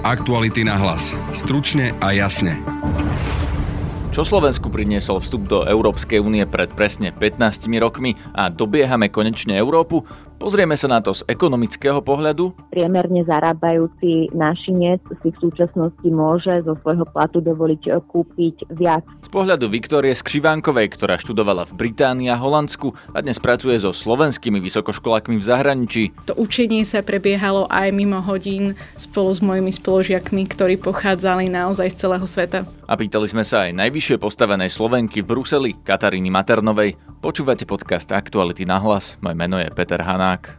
Aktuality na hlas. Stručne a jasne. Čo Slovensku priniesol vstup do Európskej únie pred presne 15 rokmi a dobiehame konečne Európu? Pozrieme sa na to z ekonomického pohľadu. Priemerne zarábajúci našinec si v súčasnosti môže zo svojho platu dovoliť kúpiť viac. Z pohľadu Viktórie Skřivánkovej, ktorá študovala v Británii a Holandsku a dnes pracuje so slovenskými vysokoškolákmi v zahraničí. To učenie sa prebiehalo aj mimo hodín spolu s mojimi spolužiakmi, ktorí pochádzali naozaj z celého sveta. A pýtali sme sa aj najvyššie postavenej Slovenky v Bruseli, Kataríny Maternovej. Počúvate podcast Aktuality na hlas. Moje meno je Peter Hanák.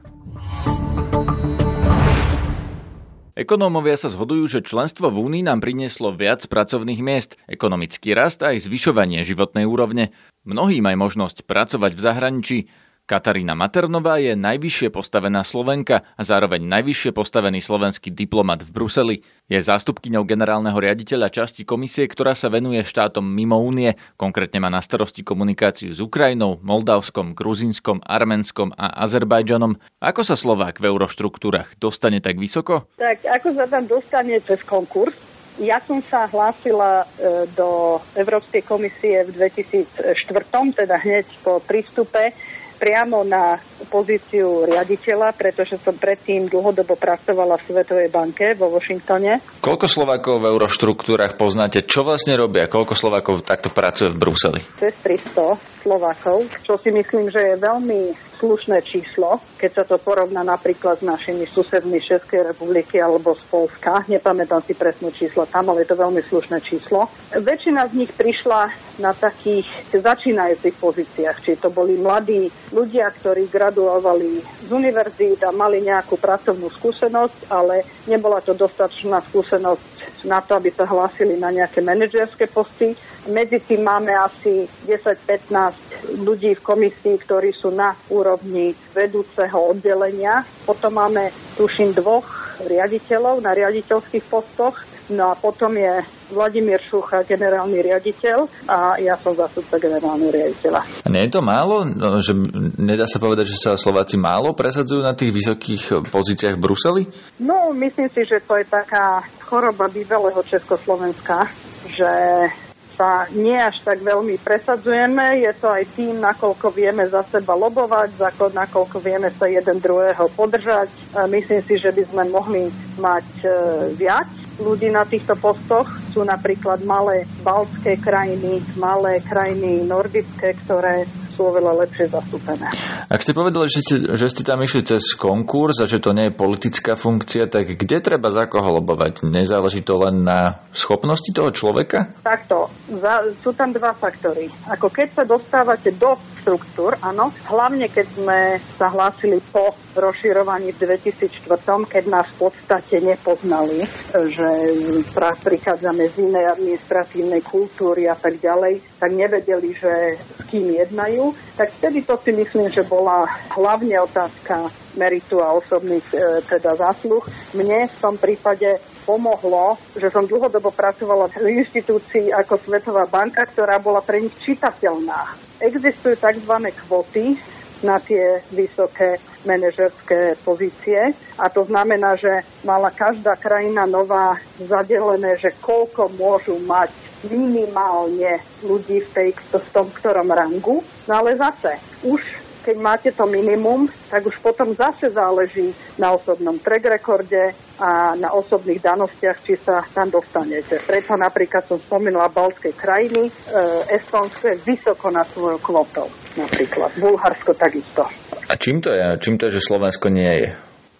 Ekonómovia sa zhodujú, že členstvo v Únii nám prinieslo viac pracovných miest, ekonomický rast a aj zvyšovanie životnej úrovne. Mnohí majú možnosť pracovať v zahraničí. Katarína Maternová je najvyššie postavená Slovenka a zároveň najvyššie postavený slovenský diplomat v Bruseli. Je zástupkyňou generálneho riaditeľa časti komisie, ktorá sa venuje štátom mimo únie. Konkrétne má na starosti komunikáciu s Ukrajinou, Moldavskom, Gruzínskom, Arménskom a Azerbajdžanom. Ako sa Slovák v euroštruktúrach dostane tak vysoko? Tak ako sa tam dostane cez konkurs? Ja som sa hlásila do Európskej komisie v 2004, teda hneď po prístupe, priamo na pozíciu riaditeľa, pretože som predtým dlhodobo pracovala v Svetovej banke vo Washingtone. Koľko Slovákov v euroštruktúrach poznáte? Čo vlastne robia? Koľko Slovákov takto pracuje v Bruseli? Cez 300 Slovákov, čo si myslím, že je veľmi slušné číslo, keď sa to porovná napríklad s našimi susedmi z Českej republiky alebo z Poľska. Nepamätám si presné číslo tam, ale je to veľmi slušné číslo. Väčšina z nich prišla na takých začínajúcich pozíciách, či to boli mladí ľudia, ktorí graduovali z univerzít a mali nejakú pracovnú skúsenosť, ale nebola to dostatočná skúsenosť na to, aby sa hlásili na nejaké manažérske posty. Medzi tým máme asi 10-15 ľudí v komisii, ktorí sú na úrovni vedúceho oddelenia. Potom máme, tuším, 2 riaditeľov na riaditeľských postoch. No a potom je Vladimír Šucha, generálny riaditeľ, a ja som zástupca generálneho riaditeľa. A nie je to málo? Že nedá sa povedať, že sa Slováci málo presadzujú na tých vysokých pozíciách v Bruseli? No, myslím si, že to je taká choroba bývalého Československa, že sa nie až tak veľmi presadzujeme. Je to aj tým, nakoľko vieme za seba lobovať, nakoľko vieme sa jeden druhého podržať. Myslím si, že by sme mohli mať viac ľudí na týchto postoch. Sú napríklad malé baltské krajiny, malé krajiny nordické, ktoré sú oveľa lepšie zastúpené. Ak ste povedali, že ste tam išli cez konkurs a že to nie je politická funkcia, tak kde treba za koho lobovať? Nezáleží to len na schopnosti toho človeka? Takto. Sú tam 2 faktory. Ako keď sa dostávate do štruktúr, áno, hlavne keď sme sa hlásili po rozširovaní v 2004, keď nás v podstate nepoznali, že prichádzame z inej administratívnej kultúry a tak ďalej, tak nevedeli, že s kým jednajú, tak vtedy to si myslím, že bola hlavne otázka meritu a osobných zásluh. Mne v tom prípade pomohlo, že som dlhodobo pracovala v inštitúcii ako Svetová banka, ktorá bola pre nich čitateľná. Existujú tzv. Kvóty na tie vysoké manažerské pozície a to znamená, že mala každá krajina nová zadelené, že koľko môžu mať minimálne ľudí v tom ktorom rangu. No ale zase, už keď máte to minimum, tak už potom zase záleží na osobnom track rekorde a na osobných danostiach, či sa tam dostanete. Preto napríklad som spomenula baltské krajiny, Estónsko je vysoko nad svojou kvotou, napríklad. Bulharsko takisto. A čím to je, že Slovensko nie je?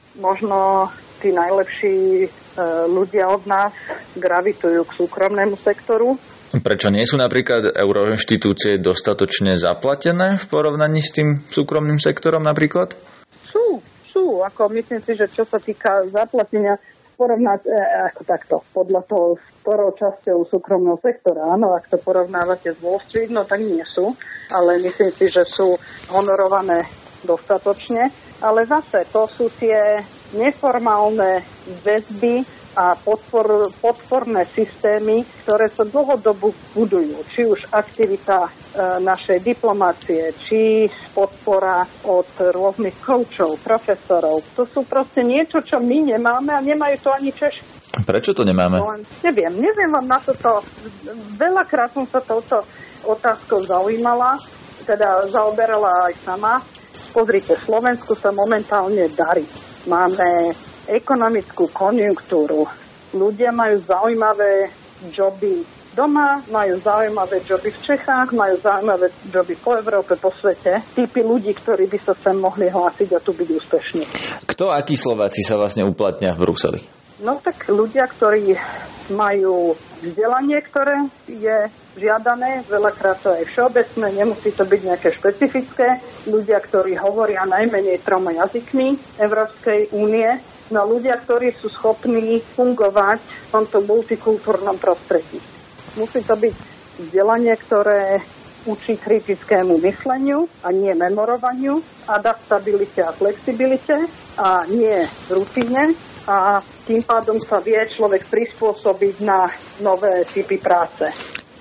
Možno tí najlepší ľudia od nás gravitujú k súkromnému sektoru. Prečo nie sú napríklad euroinštitúcie dostatočne zaplatené v porovnaní s tým súkromným sektorom napríklad? Sú. Ako myslím si, že čo sa týka zaplatenia, porovnať ako takto, podľa toho, s ktorou časťou súkromného sektora. Áno, ak to porovnávate s Wall Street, no tak nie sú, ale myslím si, že sú honorované dostatočne. Ale zase, to sú tie neformálne väzby a podporné systémy, ktoré sa dlhodobo budujú. Či už aktivita našej diplomácie, či podpora od rôznych koučov, profesorov. To sú proste niečo, čo my nemáme a nemajú to ani Češi. Prečo to nemáme? Neviem vám na toto. Veľakrát som sa touto otázkou zaujímala, teda zaoberala aj sama. Pozrite, Slovensku sa momentálne darí. Máme ekonomickú konjunktúru. Ľudia majú zaujímavé joby doma, majú zaujímavé joby v Čechách, majú zaujímavé joby po Európe, po svete. Typy ľudí, ktorí by sa sem mohli hlásiť a tu byť úspešní. Kto, akí Slováci sa vlastne uplatnia v Bruseli? No tak ľudia, ktorí majú vzdelanie, ktoré je žiadané, veľakrát to je všeobecné, nemusí to byť nejaké špecifické. Ľudia, ktorí hovoria najmenej 3 jazykmi Európskej únie, no ľudia, ktorí sú schopní fungovať v tomto multikultúrnom prostredí. Musí to byť vzdelanie, ktoré učí kritickému mysleniu a nie memorovaniu, adaptabilite a flexibilite a nie rutine. A tým pádom sa vie človek prispôsobiť na nové typy práce.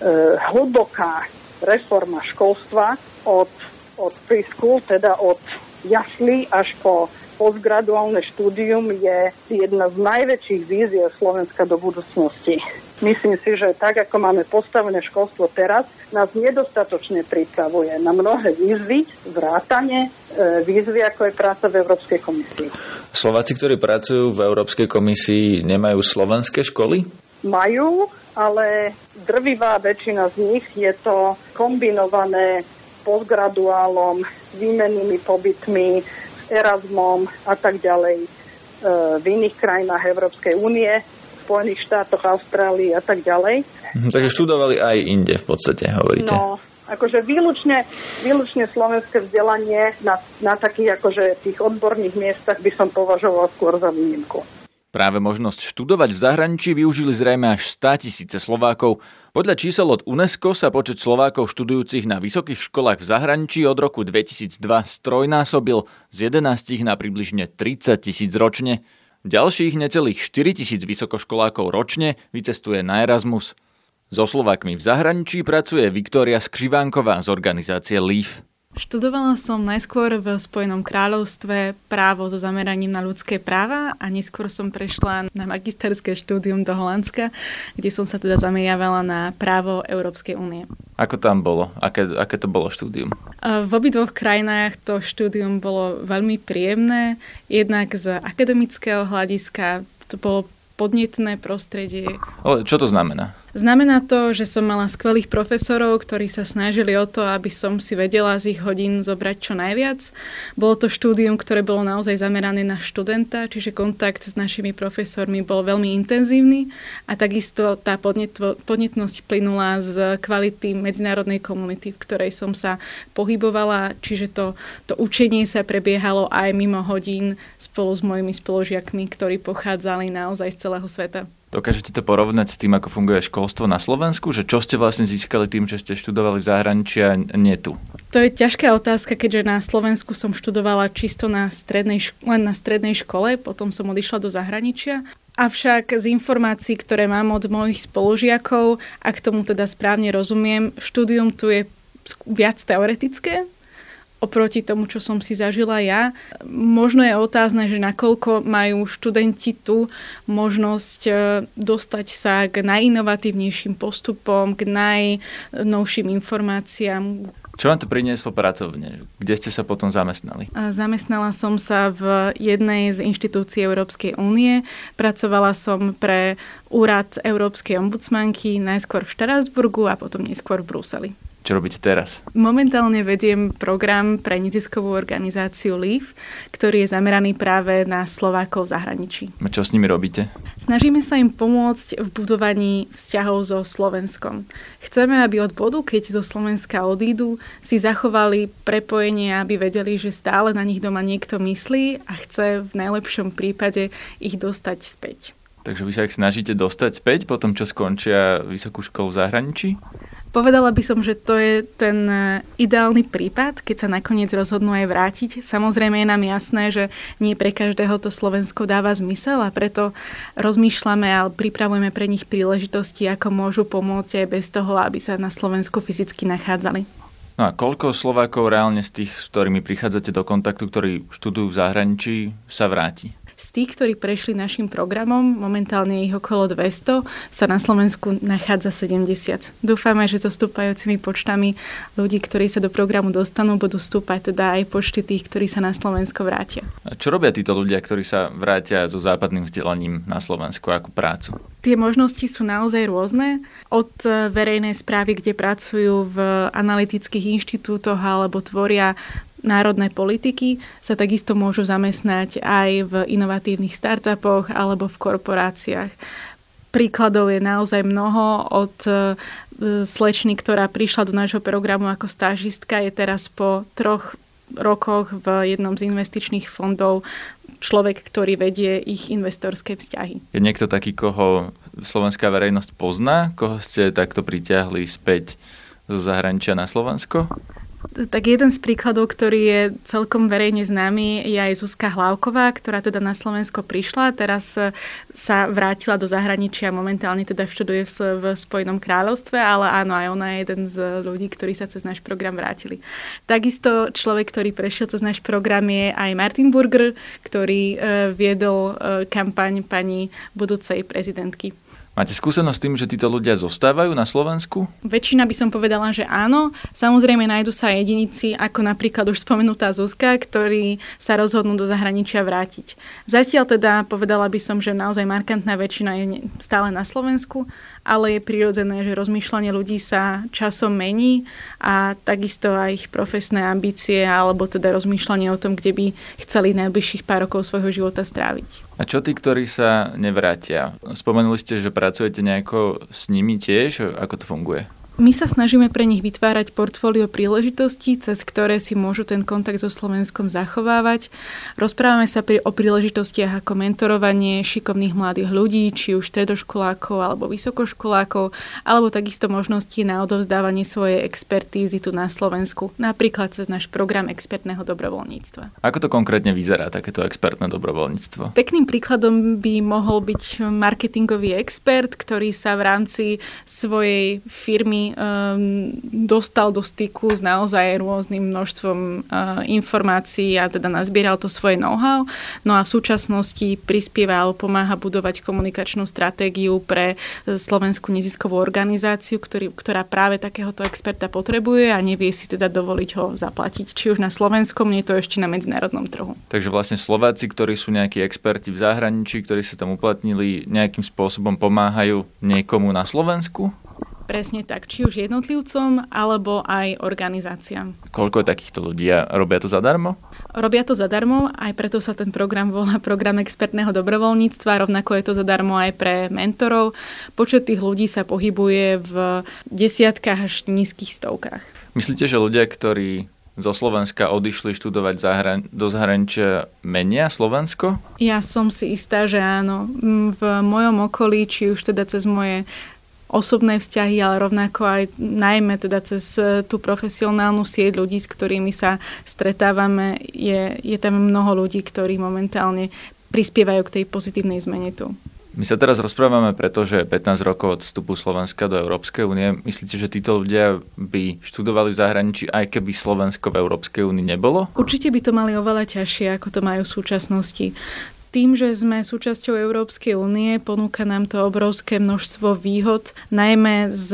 Hlboká reforma školstva od preschool, teda od jaslí až po postgraduálne štúdium je jedna z najväčších víziev Slovenska do budúcnosti. Myslím si, že tak, ako máme postavené školstvo teraz, nás nedostatočne pripravuje na mnohé výzvy, vrátane výzvy, ako je práca v Európskej komisii. Slováci, ktorí pracujú v Európskej komisii, nemajú slovenské školy? Majú, ale drvivá väčšina z nich je to kombinované postgraduálom, výmennými pobytmi, Erasmom a tak ďalej v iných krajinách Európskej únie, v Spojených štátoch, Austrálii a tak ďalej. Takže študovali aj inde v podstate, hovoríte? No, akože výlučne slovenské vzdelanie na takých akože tých odborných miestach by som považoval skôr za výnimku. Práve možnosť študovať v zahraničí využili zrejme až 100 000 Slovákov. Podľa čísel od UNESCO sa počet Slovákov študujúcich na vysokých školách v zahraničí od roku 2002 strojnásobil z 11 na približne 30 000 ročne. Ďalších necelých 4 000 vysokoškolákov ročne vycestuje na Erasmus. So Slovákmi v zahraničí pracuje Viktória Skřivánková z organizácie LEAF. Študovala som najskôr v Spojenom kráľovstve právo so zameraním na ľudské práva a neskôr som prešla na magisterské štúdium do Holandska, kde som sa teda zameriavala na právo Európskej únie. Ako tam bolo? Aké to bolo štúdium? V obidvoch krajinách to štúdium bolo veľmi príjemné, jednak z akademického hľadiska to bolo podnetné prostredie. Ale čo to znamená? Znamená to, že som mala skvelých profesorov, ktorí sa snažili o to, aby som si vedela z ich hodín zobrať čo najviac. Bolo to štúdium, ktoré bolo naozaj zamerané na študenta, čiže kontakt s našimi profesormi bol veľmi intenzívny a takisto tá podnetnosť plynula z kvality medzinárodnej komunity, v ktorej som sa pohybovala, čiže to učenie sa prebiehalo aj mimo hodín spolu s mojimi spolužiakmi, ktorí pochádzali naozaj z celého sveta. Dokážete to porovnať s tým, ako funguje školstvo na Slovensku? Že čo ste vlastne získali tým, že ste študovali v zahraničí a nie tu? To je ťažká otázka, keďže na Slovensku som študovala čisto len na strednej škole, potom som odišla do zahraničia. Avšak z informácií, ktoré mám od mojich spolužiakov, a k tomu teda správne rozumiem, štúdium tu je viac teoretické, oproti tomu, čo som si zažila ja. Možno je otázne, že nakoľko majú študenti tu možnosť dostať sa k najinovatívnejším postupom, k najnovším informáciám. Čo vám to prinieslo pracovne? Kde ste sa potom zamestnali? Zamestnala som sa v jednej z inštitúcií Európskej únie. Pracovala som pre úrad Európskej ombudsmanky najskôr v Štrasburgu a potom neskôr v Bruseli. Čo robíte teraz? Momentálne vediem program pre neziskovú organizáciu LEAF, ktorý je zameraný práve na Slovákov v zahraničí. A čo s nimi robíte? Snažíme sa im pomôcť v budovaní vzťahov so Slovenskom. Chceme, aby od bodu, keď zo Slovenska odídu, si zachovali prepojenie, aby vedeli, že stále na nich doma niekto myslí a chce v najlepšom prípade ich dostať späť. Takže vy sa ich snažíte dostať späť po tom, čo skončia vysokú školu v zahraničí? Povedala by som, že to je ten ideálny prípad, keď sa nakoniec rozhodnú aj vrátiť. Samozrejme je nám jasné, že nie pre každého to Slovensko dáva zmysel a preto rozmýšľame a pripravujeme pre nich príležitosti, ako môžu pomôcť aj bez toho, aby sa na Slovensku fyzicky nachádzali. No a koľko Slovákov reálne z tých, s ktorými prichádzate do kontaktu, ktorí študujú v zahraničí, sa vráti? z tých, ktorí prešli našim programom, momentálne ich okolo 200, sa na Slovensku nachádza 70. Dúfame, že so stúpajúcimi počtami ľudí, ktorí sa do programu dostanú, budú stúpať teda aj počty tých, ktorí sa na Slovensko vrátia. A čo robia títo ľudia, ktorí sa vrátia so západným vzdelaním na Slovensku, akú prácu? Tie možnosti sú naozaj rôzne. Od verejnej správy, kde pracujú v analytických inštitútoch alebo tvoria národné politiky, sa takisto môžu zamestnať aj v inovatívnych startupoch alebo v korporáciách. Príkladov je naozaj mnoho. Od slečny, ktorá prišla do nášho programu ako stážistka, je teraz po 3 rokoch v jednom z investičných fondov človek, ktorý vedie ich investorské vzťahy. Je niekto taký, koho slovenská verejnosť pozná? Koho ste takto pritiahli späť zo zahraničia na Slovensko? Tak jeden z príkladov, ktorý je celkom verejne známy, je aj Zuzka Hlávková, ktorá teda na Slovensko prišla. Teraz sa vrátila do zahraničia, momentálne teda študuje v Spojenom kráľovstve, ale áno, aj ona je jeden z ľudí, ktorí sa cez náš program vrátili. Takisto človek, ktorý prešiel cez náš program, je aj Martin Burger, ktorý viedol kampaň pani budúcej prezidentky. Máte skúsenosť s tým, že títo ľudia zostávajú na Slovensku? Väčšina by som povedala, že áno. Samozrejme nájdu sa jedinci, ako napríklad už spomenutá Zuzka, ktorí sa rozhodnú do zahraničia vrátiť. Zatiaľ teda povedala by som, že naozaj markantná väčšina je stále na Slovensku, ale je prirodzené, že rozmýšľanie ľudí sa časom mení a takisto aj ich profesné ambície alebo teda rozmýšľanie o tom, kde by chceli najbližších pár rokov svojho života stráviť. A čo tí, ktorí sa nevrátia? Spomenuli ste, že pracujete nejako s nimi tiež? Ako to funguje? My sa snažíme pre nich vytvárať portfólio príležitostí, cez ktoré si môžu ten kontakt so Slovenskom zachovávať. Rozprávame sa o príležitostiach ako mentorovanie šikovných mladých ľudí, či už stredoškolákov alebo vysokoškolákov, alebo takisto možnosti na odovzdávanie svojej expertízy tu na Slovensku, napríklad cez náš program expertného dobrovoľníctva. Ako to konkrétne vyzerá, takéto expertné dobrovoľníctvo? Takým príkladom by mohol byť marketingový expert, ktorý sa v rámci svojej firmy dostal do styku s naozaj rôznym množstvom informácií a teda nazbieral to svoje know-how. No a v súčasnosti prispieva alebo pomáha budovať komunikačnú stratégiu pre slovenskú neziskovú organizáciu, ktorá práve takéhoto experta potrebuje a nevie si teda dovoliť ho zaplatiť. Či už na slovenskom, nie to ešte na medzinárodnom trhu. Takže vlastne Slováci, ktorí sú nejakí experti v zahraničí, ktorí sa tam uplatnili, nejakým spôsobom pomáhajú niekomu na Slovensku? Presne tak, či už jednotlivcom, alebo aj organizáciám. Koľko je takýchto ľudí a robia to zadarmo? Robia to zadarmo, aj preto sa ten program volá program expertného dobrovoľníctva, rovnako je to zadarmo aj pre mentorov. Počet tých ľudí sa pohybuje v desiatkách až nízkych stovkách. Myslíte, že ľudia, ktorí zo Slovenska odišli študovať do zahraničia, menia Slovensko? Ja som si istá, že áno. V mojom okolí, či už teda cez moje osobné vzťahy, ale rovnako aj najmä teda cez tú profesionálnu sieť ľudí, s ktorými sa stretávame, je tam mnoho ľudí, ktorí momentálne prispievajú k tej pozitívnej zmene tu. My sa teraz rozprávame, pretože 15 rokov od vstupu Slovenska do Európskej únie. Myslíte, že títo ľudia by študovali v zahraničí, aj keby Slovensko v Európskej únii nebolo? Určite by to mali oveľa ťažšie, ako to majú v súčasnosti. Tým, že sme súčasťou Európskej únie, ponúka nám to obrovské množstvo výhod, najmä s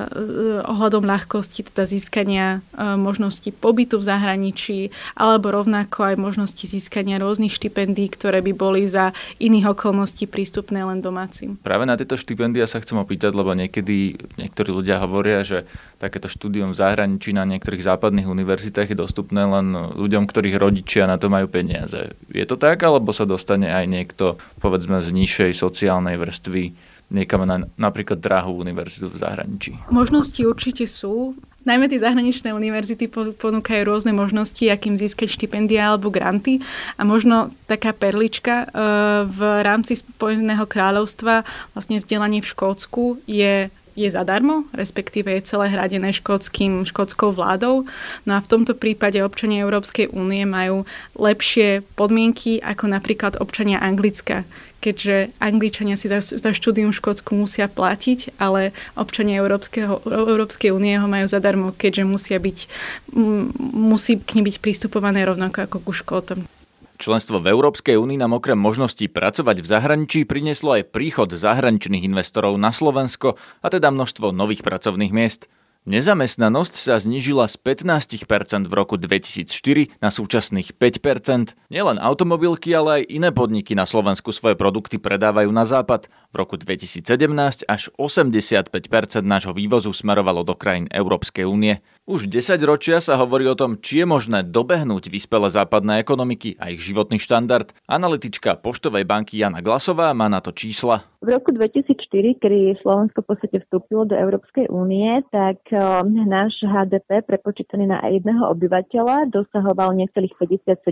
ohľadom ľahkosti teda získania možnosti pobytu v zahraničí, alebo rovnako aj možnosti získania rôznych štipendií, ktoré by boli za iných okolností prístupné len domácim. Práve na tieto štipendia sa chcem opýtať, lebo niekedy niektorí ľudia hovoria, že takéto štúdium v zahraničí na niektorých západných univerzitách je dostupné len ľuďom, ktorých rodičia na to majú peniaze. Je to tak, alebo sa dostane aj niekto, povedzme, z nižšej sociálnej vrstvy niekam na napríklad drahú univerzitu v zahraničí? Možnosti určite sú. Najmä tie zahraničné univerzity ponúkajú rôzne možnosti, akým získať štipendia alebo granty. A možno taká perlička v rámci Spojeného kráľovstva, vlastne vzdelanie v Škótsku je zadarmo, respektíve je celé hradené škótskou vládou. No a v tomto prípade občania Európskej únie majú lepšie podmienky ako napríklad občania Anglicka, keďže Angličania si za štúdium v Škótsku musia platiť, ale občania Európskej únie ho majú zadarmo, keďže musí k nim byť prístupované rovnako ako ku Škótom. Členstvo v Európskej únii nám okrem možností pracovať v zahraničí prinieslo aj príchod zahraničných investorov na Slovensko, a teda množstvo nových pracovných miest. Nezamestnanosť sa znížila z 15% v roku 2004 na súčasných 5%. Nielen automobilky, ale aj iné podniky na Slovensku svoje produkty predávajú na západ. V roku 2017 až 85% nášho vývozu smerovalo do krajín Európskej únie. Už 10 ročia sa hovorí o tom, či je možné dobehnúť vyspelé západné ekonomiky a ich životný štandard. Analytička Poštovej banky Jana Glasová má na to čísla. V roku 2004, kedy Slovensko v podstate vstúpilo do Európskej únie, tak náš HDP prepočítaný na jedného obyvateľa dosahoval necelých 57%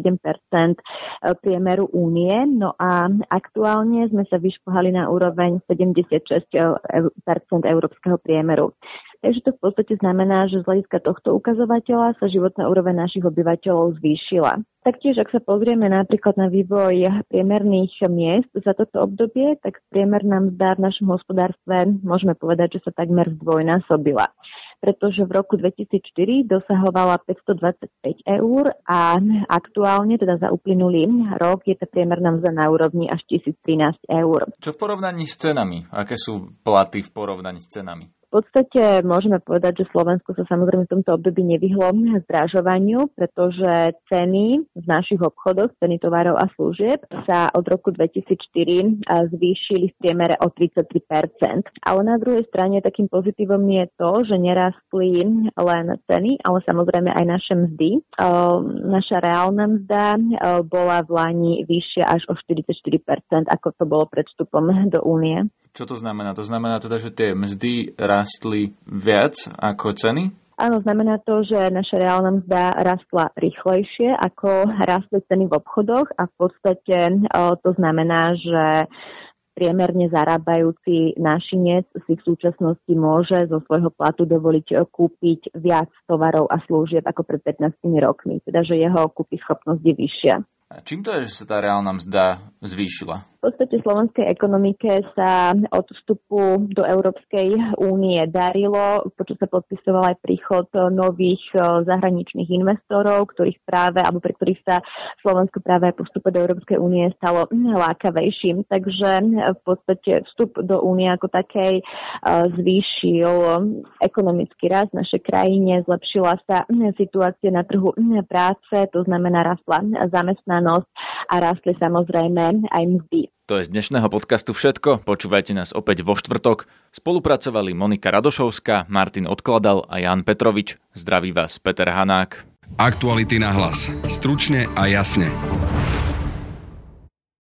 priemeru únie. No a aktuálne sme sa vyšplhali na úroveň 76% európskeho priemeru. Takže to v podstate znamená, že z hľadiska tohto ukazovateľa sa životná úroveň našich obyvateľov zvýšila. Taktiež, ak sa pozrieme napríklad na vývoj priemerných miest za toto obdobie, tak priemerná mzda v našom hospodárstve môžeme povedať, že sa takmer zdvojnásobila. Pretože v roku 2004 dosahovala 525 eur a aktuálne, teda za uplynulý rok, je tá priemerná mzda na úrovni až 1013 eur. Čo v porovnaní s cenami? Aké sú platy v porovnaní s cenami? V podstate môžeme povedať, že Slovensko sa samozrejme v tomto období nevyhlo zdražovaniu, pretože ceny v našich obchodoch, ceny tovarov a služieb sa od roku 2004 zvýšili v priemere o 33%. Ale na druhej strane takým pozitívom je to, že nerastli len ceny, ale samozrejme aj naše mzdy. Naša reálna mzda bola v lani vyššia až o 44%, ako to bolo pred vstupom do únie. Čo to znamená? To znamená teda, že tie mzdy rastli viac ako ceny? Áno, znamená to, že naša reálna mzda rastla rýchlejšie, ako rastli ceny v obchodoch a v podstate to znamená, že priemerne zarábajúci našinec si v súčasnosti môže zo svojho platu dovoliť kúpiť viac tovarov a služieb ako pred 15 rokmi, teda že jeho kúpyschopnosť je vyššia. A čím to je, že sa tá reálna mzda zvýšila? V podstate slovenskej ekonomike sa od vstupu do Európskej únie darilo, počo sa podpisoval aj príchod nových zahraničných investorov, pre ktorých sa Slovensko práve po vstupe do Európskej únie stalo lákavejším. Takže v podstate vstup do únie ako takej zvýšil ekonomický rast v našej krajine, zlepšila sa situácia na trhu práce, to znamená rastla zamestnanosť a rastli samozrejme aj mzdy. To je z dnešného podcastu všetko. Počúvajte nás opäť vo štvrtok. Spolupracovali Monika Radošovská, Martin Odkladal a Jan Petrovič. Zdraví vás Peter Hanák. Aktuality na hlas. Stručne a jasne.